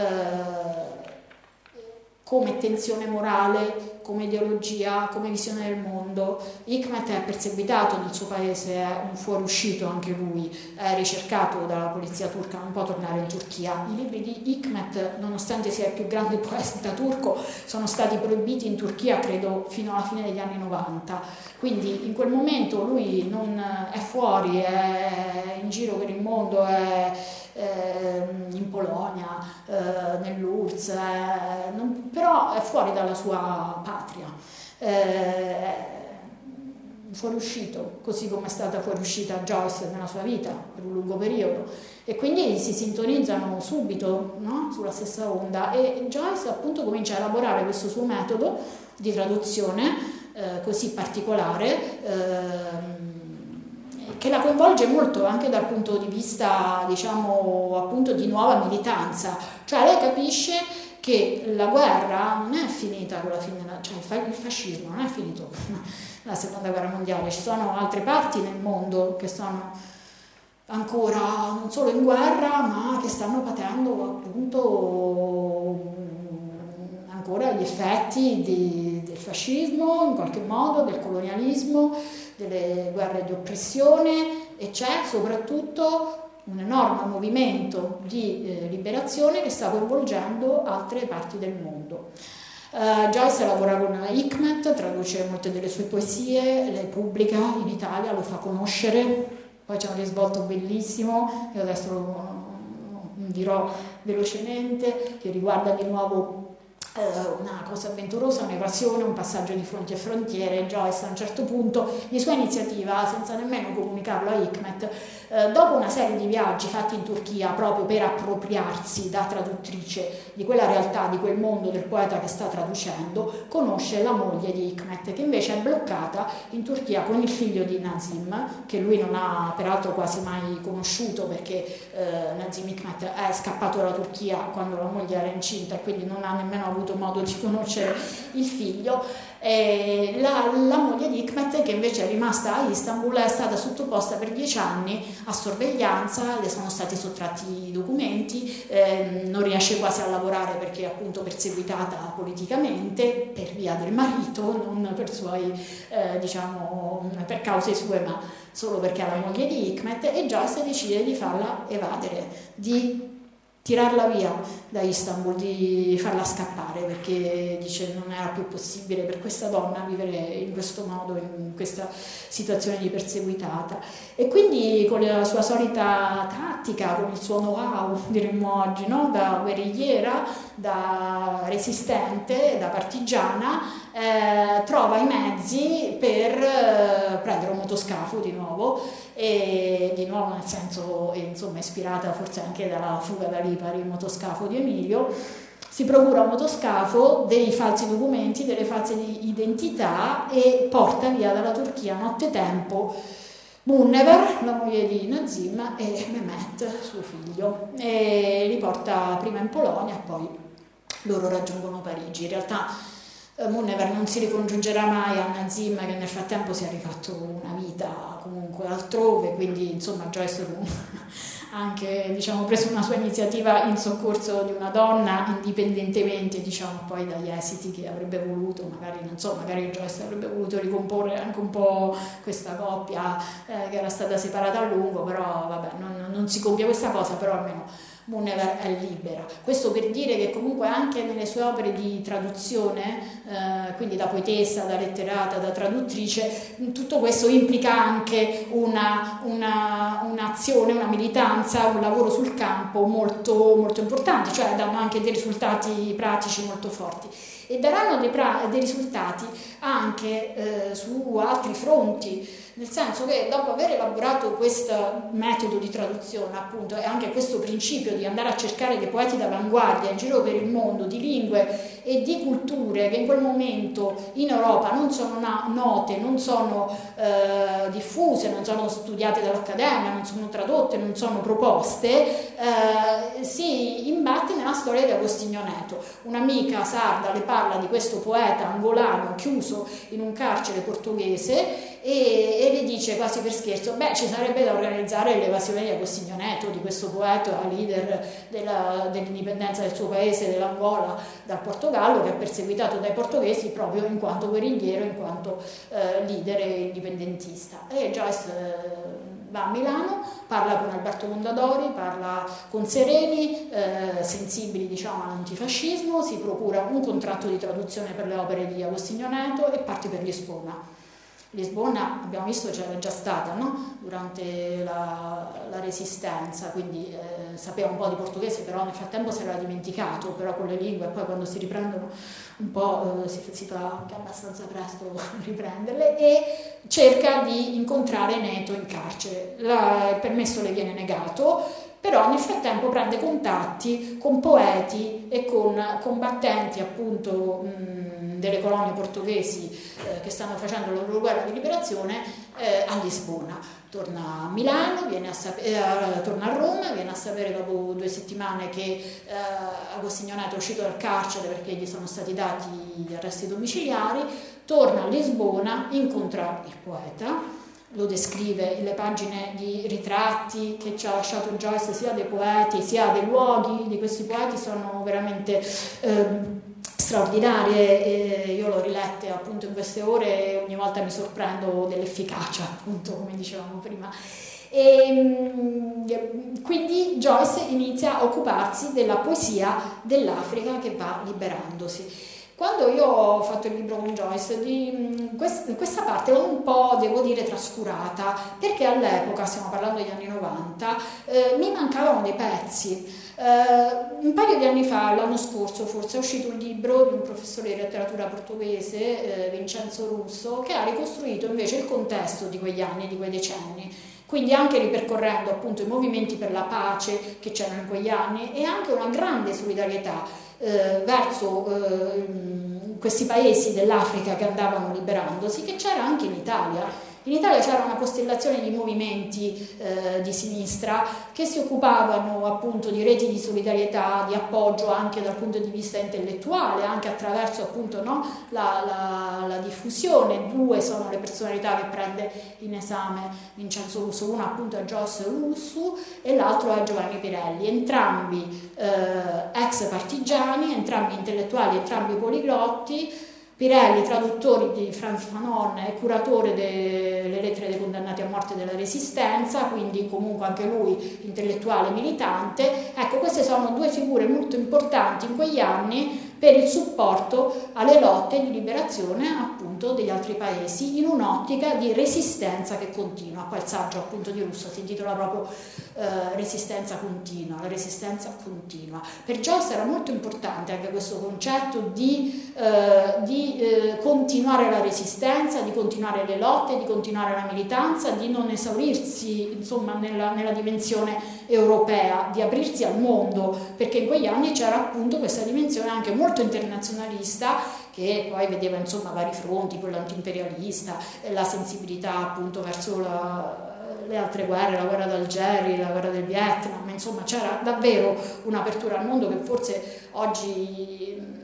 come tensione morale, come ideologia, come visione del mondo. Hikmet è perseguitato nel suo paese, è un fuoriuscito anche lui, è ricercato dalla polizia turca, non può tornare in Turchia. I libri di Hikmet, nonostante sia il più grande poeta turco, sono stati proibiti in Turchia, credo, fino alla fine degli anni 90. Quindi in quel momento lui non è fuori, è in giro per il mondo, è in Polonia, nell'URSS, però è fuori dalla sua patria, fuoriuscito, così come è stata fuoriuscita Joyce nella sua vita per un lungo periodo, e quindi si sintonizzano subito, no? Sulla stessa onda, e Joyce appunto comincia a elaborare questo suo metodo di traduzione così particolare, che la coinvolge molto anche dal punto di vista, diciamo, appunto di nuova militanza. Cioè lei capisce che la guerra non è finita con la fine, cioè il fascismo non è finito con la seconda guerra mondiale, ci sono altre parti nel mondo che sono ancora non solo in guerra, ma che stanno patendo appunto ancora gli effetti del fascismo, in qualche modo, del colonialismo, delle guerre di oppressione, e c'è soprattutto un enorme movimento di liberazione che sta coinvolgendo altre parti del mondo. Joyce lavora con Hikmet, traduce molte delle sue poesie, le pubblica in Italia, lo fa conoscere, poi c'è un risvolto bellissimo, io adesso lo dirò velocemente, che riguarda di nuovo una cosa avventurosa, un'evasione, un passaggio di fronti e frontiere. Joyce a un certo punto, di sua iniziativa, senza nemmeno comunicarlo a Hikmet, dopo una serie di viaggi fatti in Turchia proprio per appropriarsi da traduttrice di quella realtà, di quel mondo del poeta che sta traducendo, conosce la moglie di Hikmet, che invece è bloccata in Turchia con il figlio di Nazim, che lui non ha peraltro quasi mai conosciuto, perché Nazim Hikmet è scappato dalla Turchia quando la moglie era incinta e quindi non ha nemmeno avuto modo di conoscere il figlio. La moglie di Hikmet, che invece è rimasta a Istanbul, è stata sottoposta per 10 anni a sorveglianza, le sono stati sottratti i documenti, non riesce quasi a lavorare perché è appunto perseguitata politicamente per via del marito, non per suoi per cause sue, ma solo perché è la moglie di Hikmet, e Joyce decide di farla evadere, di tirarla via da Istanbul, di farla scappare, perché dice non era più possibile per questa donna vivere in questo modo, in questa situazione di perseguitata. E quindi con la sua solita tattica, con il suo know-how, diremmo oggi, no? Da guerrigliera, da resistente, da partigiana, trova i mezzi per prendere un motoscafo di nuovo nel senso, insomma, ispirata forse anche dalla fuga da Lipari, il motoscafo di Emilio. Si procura un motoscafo, dei falsi documenti, delle false identità, e porta via dalla Turchia nottetempo Munnever, la moglie di Nazim, e Mehmet, suo figlio, e li porta prima in Polonia e poi loro raggiungono Parigi. In realtà Munnever non si ricongiungerà mai a Nazim, che nel frattempo si è rifatto una vita comunque altrove, quindi insomma Joyce ha anche preso una sua iniziativa in soccorso di una donna, indipendentemente poi dagli esiti che avrebbe voluto. Magari Joyce avrebbe voluto ricomporre anche un po' questa coppia che era stata separata a lungo, però vabbè, non si compie questa cosa, però almeno Munnever è libera. Questo per dire che comunque anche nelle sue opere di traduzione, quindi da poetessa, da letterata, da traduttrice, tutto questo implica anche un'azione, una militanza, un lavoro sul campo molto, molto importante, cioè danno anche dei risultati pratici molto forti, e daranno dei risultati anche su altri fronti. Nel senso che dopo aver elaborato questo metodo di traduzione, appunto, e anche questo principio di andare a cercare dei poeti d'avanguardia in giro per il mondo, di lingue e di culture che in quel momento in Europa non sono note, non sono diffuse, non sono studiate dall'Accademia, non sono tradotte, non sono proposte, si imbatte nella storia di Agostinho Neto. Un'amica sarda le parla di questo poeta angolano chiuso in un carcere portoghese e le dice quasi per scherzo: ci sarebbe da organizzare l'evasione di Agostinho Neto, di questo poeta leader dell'indipendenza del suo paese, dell'Angola, dal Portogallo, che è perseguitato dai portoghesi proprio in quanto guerrigliero, in quanto leader indipendentista. E Joyce va a Milano, parla con Alberto Mondadori, parla con Sereni, sensibili all'antifascismo, si procura un contratto di traduzione per le opere di Agostinho Neto e parte per Lisbona. Lisbona, abbiamo visto, c'era già stata, no? Durante la Resistenza, quindi sapeva un po' di portoghese, però nel frattempo si era dimenticato, però con le lingue poi quando si riprendono un po' si fa anche abbastanza presto riprenderle, e cerca di incontrare Neto in carcere. Il permesso le viene negato, però nel frattempo prende contatti con poeti e con combattenti appunto delle colonie portoghesi che stanno facendo la loro guerra di liberazione a Lisbona. Torna a Milano, torna a Roma, viene a sapere dopo 2 settimane che Agostinho Neto è uscito dal carcere perché gli sono stati dati gli arresti domiciliari, torna a Lisbona, incontra il poeta, lo descrive in le pagine di ritratti che ci ha lasciato Joyce, sia dei poeti sia dei luoghi di questi poeti, sono veramente straordinarie. Io l'ho rilette appunto in queste ore e ogni volta mi sorprendo dell'efficacia, appunto, come dicevamo prima. E quindi Joyce inizia a occuparsi della poesia dell'Africa che va liberandosi. Quando io ho fatto il libro con Joyce, questa parte l'ho un po', devo dire, trascurata, perché all'epoca, stiamo parlando degli anni 90, 90, mi mancavano dei pezzi. Un paio di anni fa, l'anno scorso forse, è uscito un libro di un professore di letteratura portoghese, Vincenzo Russo, che ha ricostruito invece il contesto di quegli anni, di quei decenni, quindi anche ripercorrendo appunto i movimenti per la pace che c'erano in quegli anni e anche una grande solidarietà verso questi paesi dell'Africa che andavano liberandosi, che c'era anche in Italia. In Italia c'era una costellazione di movimenti di sinistra che si occupavano appunto di reti di solidarietà, di appoggio anche dal punto di vista intellettuale, anche attraverso appunto la diffusione. Due sono le personalità che prende in esame Vincenzo Russo, una appunto è Joyce Russo e l'altro è Giovanni Pirelli, entrambi ex partigiani, entrambi intellettuali, entrambi poliglotti. Pirelli, traduttore di Frantz Fanon e curatore delle lettere dei condannati a morte della Resistenza, quindi comunque anche lui intellettuale militante. Ecco, queste sono due figure molto importanti in quegli anni per il supporto alle lotte di liberazione appunto degli altri paesi in un'ottica di resistenza che continua. Poi il saggio appunto di Russo si intitola proprio Resistenza continua, la resistenza continua. Per Joyce era molto importante anche questo concetto di continuare la resistenza, di continuare le lotte, di continuare la militanza, di non esaurirsi insomma nella dimensione europea, di aprirsi al mondo, perché in quegli anni c'era appunto questa dimensione anche molto internazionalista che poi vedeva insomma vari fronti, quello antiimperialista, la sensibilità appunto verso le altre guerre, la guerra d'Algeri, la guerra del Vietnam, insomma c'era davvero un'apertura al mondo che forse oggi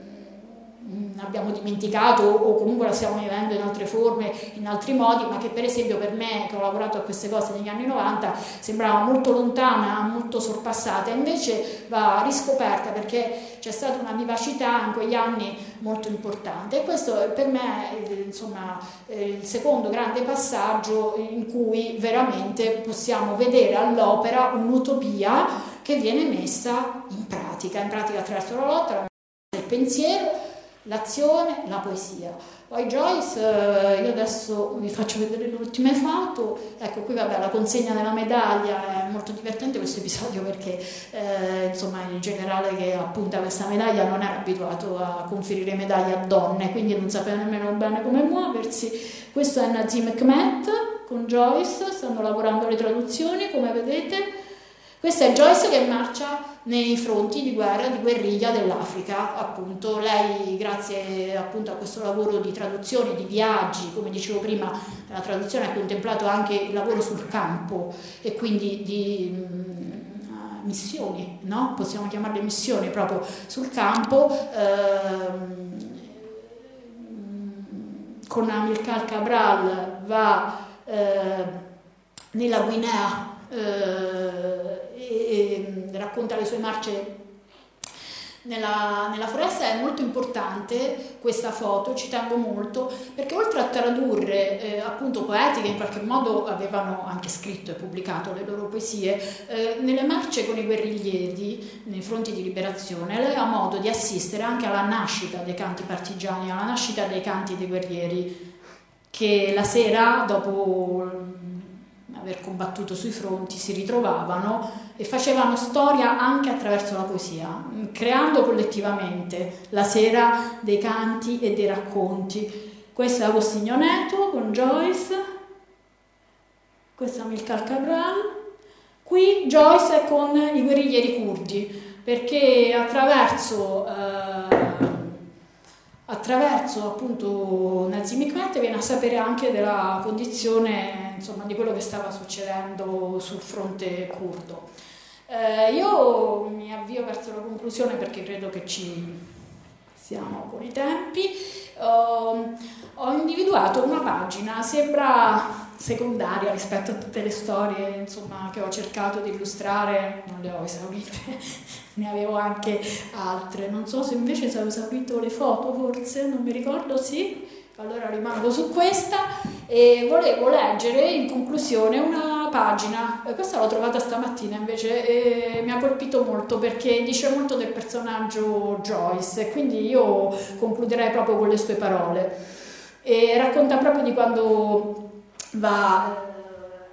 abbiamo dimenticato o comunque la stiamo vivendo in altre forme, in altri modi, ma che per esempio per me, che ho lavorato a queste cose negli anni 90, sembrava molto lontana, molto sorpassata, invece va riscoperta perché c'è stata una vivacità in quegli anni molto importante e questo per me insomma il secondo grande passaggio in cui veramente possiamo vedere all'opera un'utopia che viene messa in pratica attraverso la lotta, il pensiero, l'azione, la poesia. Poi Joyce, io adesso vi faccio vedere le ultime foto, ecco qui vabbè la consegna della medaglia, è molto divertente questo episodio perché insomma il generale che appunta questa medaglia non era abituato a conferire medaglie a donne, quindi non sapeva nemmeno bene come muoversi. Questo è Nazim Hikmet con Joyce, stanno lavorando le traduzioni come vedete. Questa è Joyce che marcia nei fronti di guerra, di guerriglia dell'Africa, appunto. Lei, grazie appunto a questo lavoro di traduzione, di viaggi, come dicevo prima, la traduzione ha contemplato anche il lavoro sul campo e quindi di missioni, no? Possiamo chiamarle missioni proprio sul campo, con Amilcar Cabral va nella Guinea e racconta le sue marce nella foresta. È molto importante questa foto, ci tengo molto, perché oltre a tradurre appunto poeti che in qualche modo avevano anche scritto e pubblicato le loro poesie, nelle marce con i guerriglieri nei fronti di liberazione lei ha modo di assistere anche alla nascita dei canti partigiani, alla nascita dei canti dei guerrieri che la sera, dopo aver combattuto sui fronti, si ritrovavano e facevano storia anche attraverso la poesia, creando collettivamente la sera dei canti e dei racconti. Questo è Agostinho Neto con Joyce, questo è Amilcar Cabral. Qui Joyce è con i guerriglieri curdi, perché attraverso appunto Nazim Hikmet viene a sapere anche della condizione, insomma, di quello che stava succedendo sul fronte curdo. Io mi avvio verso la conclusione perché credo che ci siamo con i tempi. Ho individuato una pagina, sembra secondaria rispetto a tutte le storie, insomma, che ho cercato di illustrare, non le ho esaurite, ne avevo anche altre, non so se invece se ho esaurito le foto, forse, non mi ricordo, sì, allora rimango su questa e volevo leggere in conclusione una pagina, questa l'ho trovata stamattina invece e mi ha colpito molto perché dice molto del personaggio Joyce e quindi io concluderei proprio con le sue parole e racconta proprio di quando va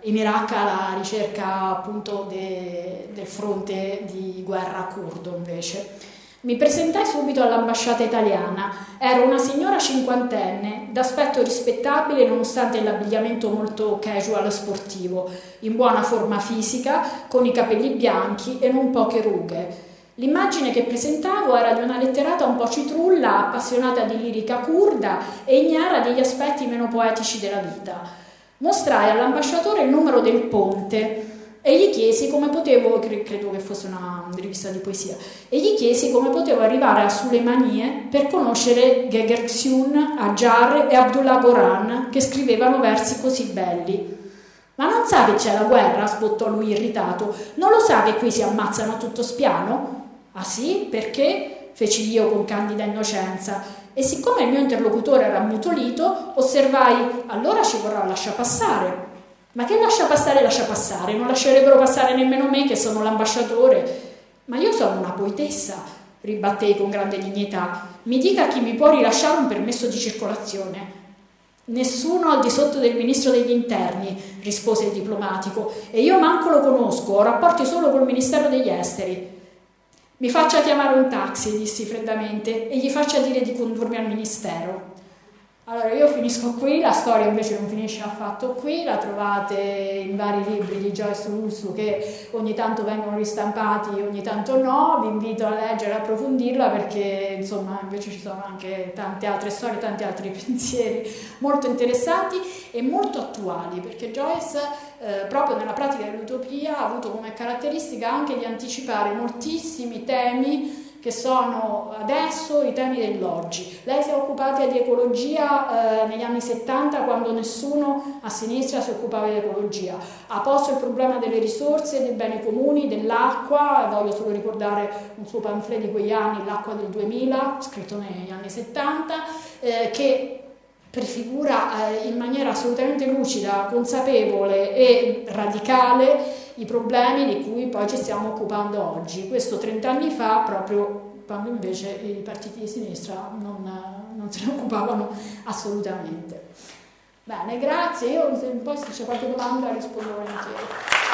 in Iraq alla ricerca appunto del fronte di guerra curdo invece. Mi presentai subito all'ambasciata italiana. Ero una signora cinquantenne, d'aspetto rispettabile nonostante l'abbigliamento molto casual sportivo, in buona forma fisica, con i capelli bianchi e non poche rughe. L'immagine che presentavo era di una letterata un po' citrulla, appassionata di lirica curda e ignara degli aspetti meno poetici della vita. Mostrai all'ambasciatore il numero del Ponte e gli chiesi come potevo, credo che fosse una rivista di poesia, e gli chiesi come potevo arrivare a Suleimanie per conoscere Gegerxun, Ajar e Abdullah Goran, che scrivevano versi così belli. Ma non sa che c'è la guerra? Sbottò lui irritato. Non lo sa che qui si ammazzano a tutto spiano? Ah sì? Perché? Feci io con candida innocenza. E siccome il mio interlocutore era ammutolito, osservai, allora ci vorrà lasciapassare. Ma che lascia passare? Non lascerebbero passare nemmeno me che sono l'ambasciatore. Ma io sono una poetessa, ribattei con grande dignità. Mi dica chi mi può rilasciare un permesso di circolazione. Nessuno al di sotto del ministro degli interni, rispose il diplomatico, e io manco lo conosco, ho rapporti solo col ministero degli esteri. Mi faccia chiamare un taxi, dissi freddamente, e gli faccia dire di condurmi al ministero. Allora io finisco qui, la storia invece non finisce affatto qui, la trovate in vari libri di Joyce Russo che ogni tanto vengono ristampati, ogni tanto no, vi invito a leggere e approfondirla perché insomma invece ci sono anche tante altre storie, tanti altri pensieri molto interessanti e molto attuali, perché Joyce proprio nella pratica dell'utopia ha avuto come caratteristica anche di anticipare moltissimi temi che sono adesso i temi dell'oggi. Lei si è occupata di ecologia negli anni 70 quando nessuno a sinistra si occupava di ecologia. Ha posto il problema delle risorse, dei beni comuni, dell'acqua, voglio solo ricordare un suo pamphlet di quegli anni, L'acqua del 2000, scritto negli anni 70, che prefigura in maniera assolutamente lucida, consapevole e radicale i problemi di cui poi ci stiamo occupando oggi. Questo 30 anni fa, proprio quando invece i partiti di sinistra non se ne occupavano assolutamente. Bene, grazie. Io poi se c'è qualche domanda rispondo volentieri.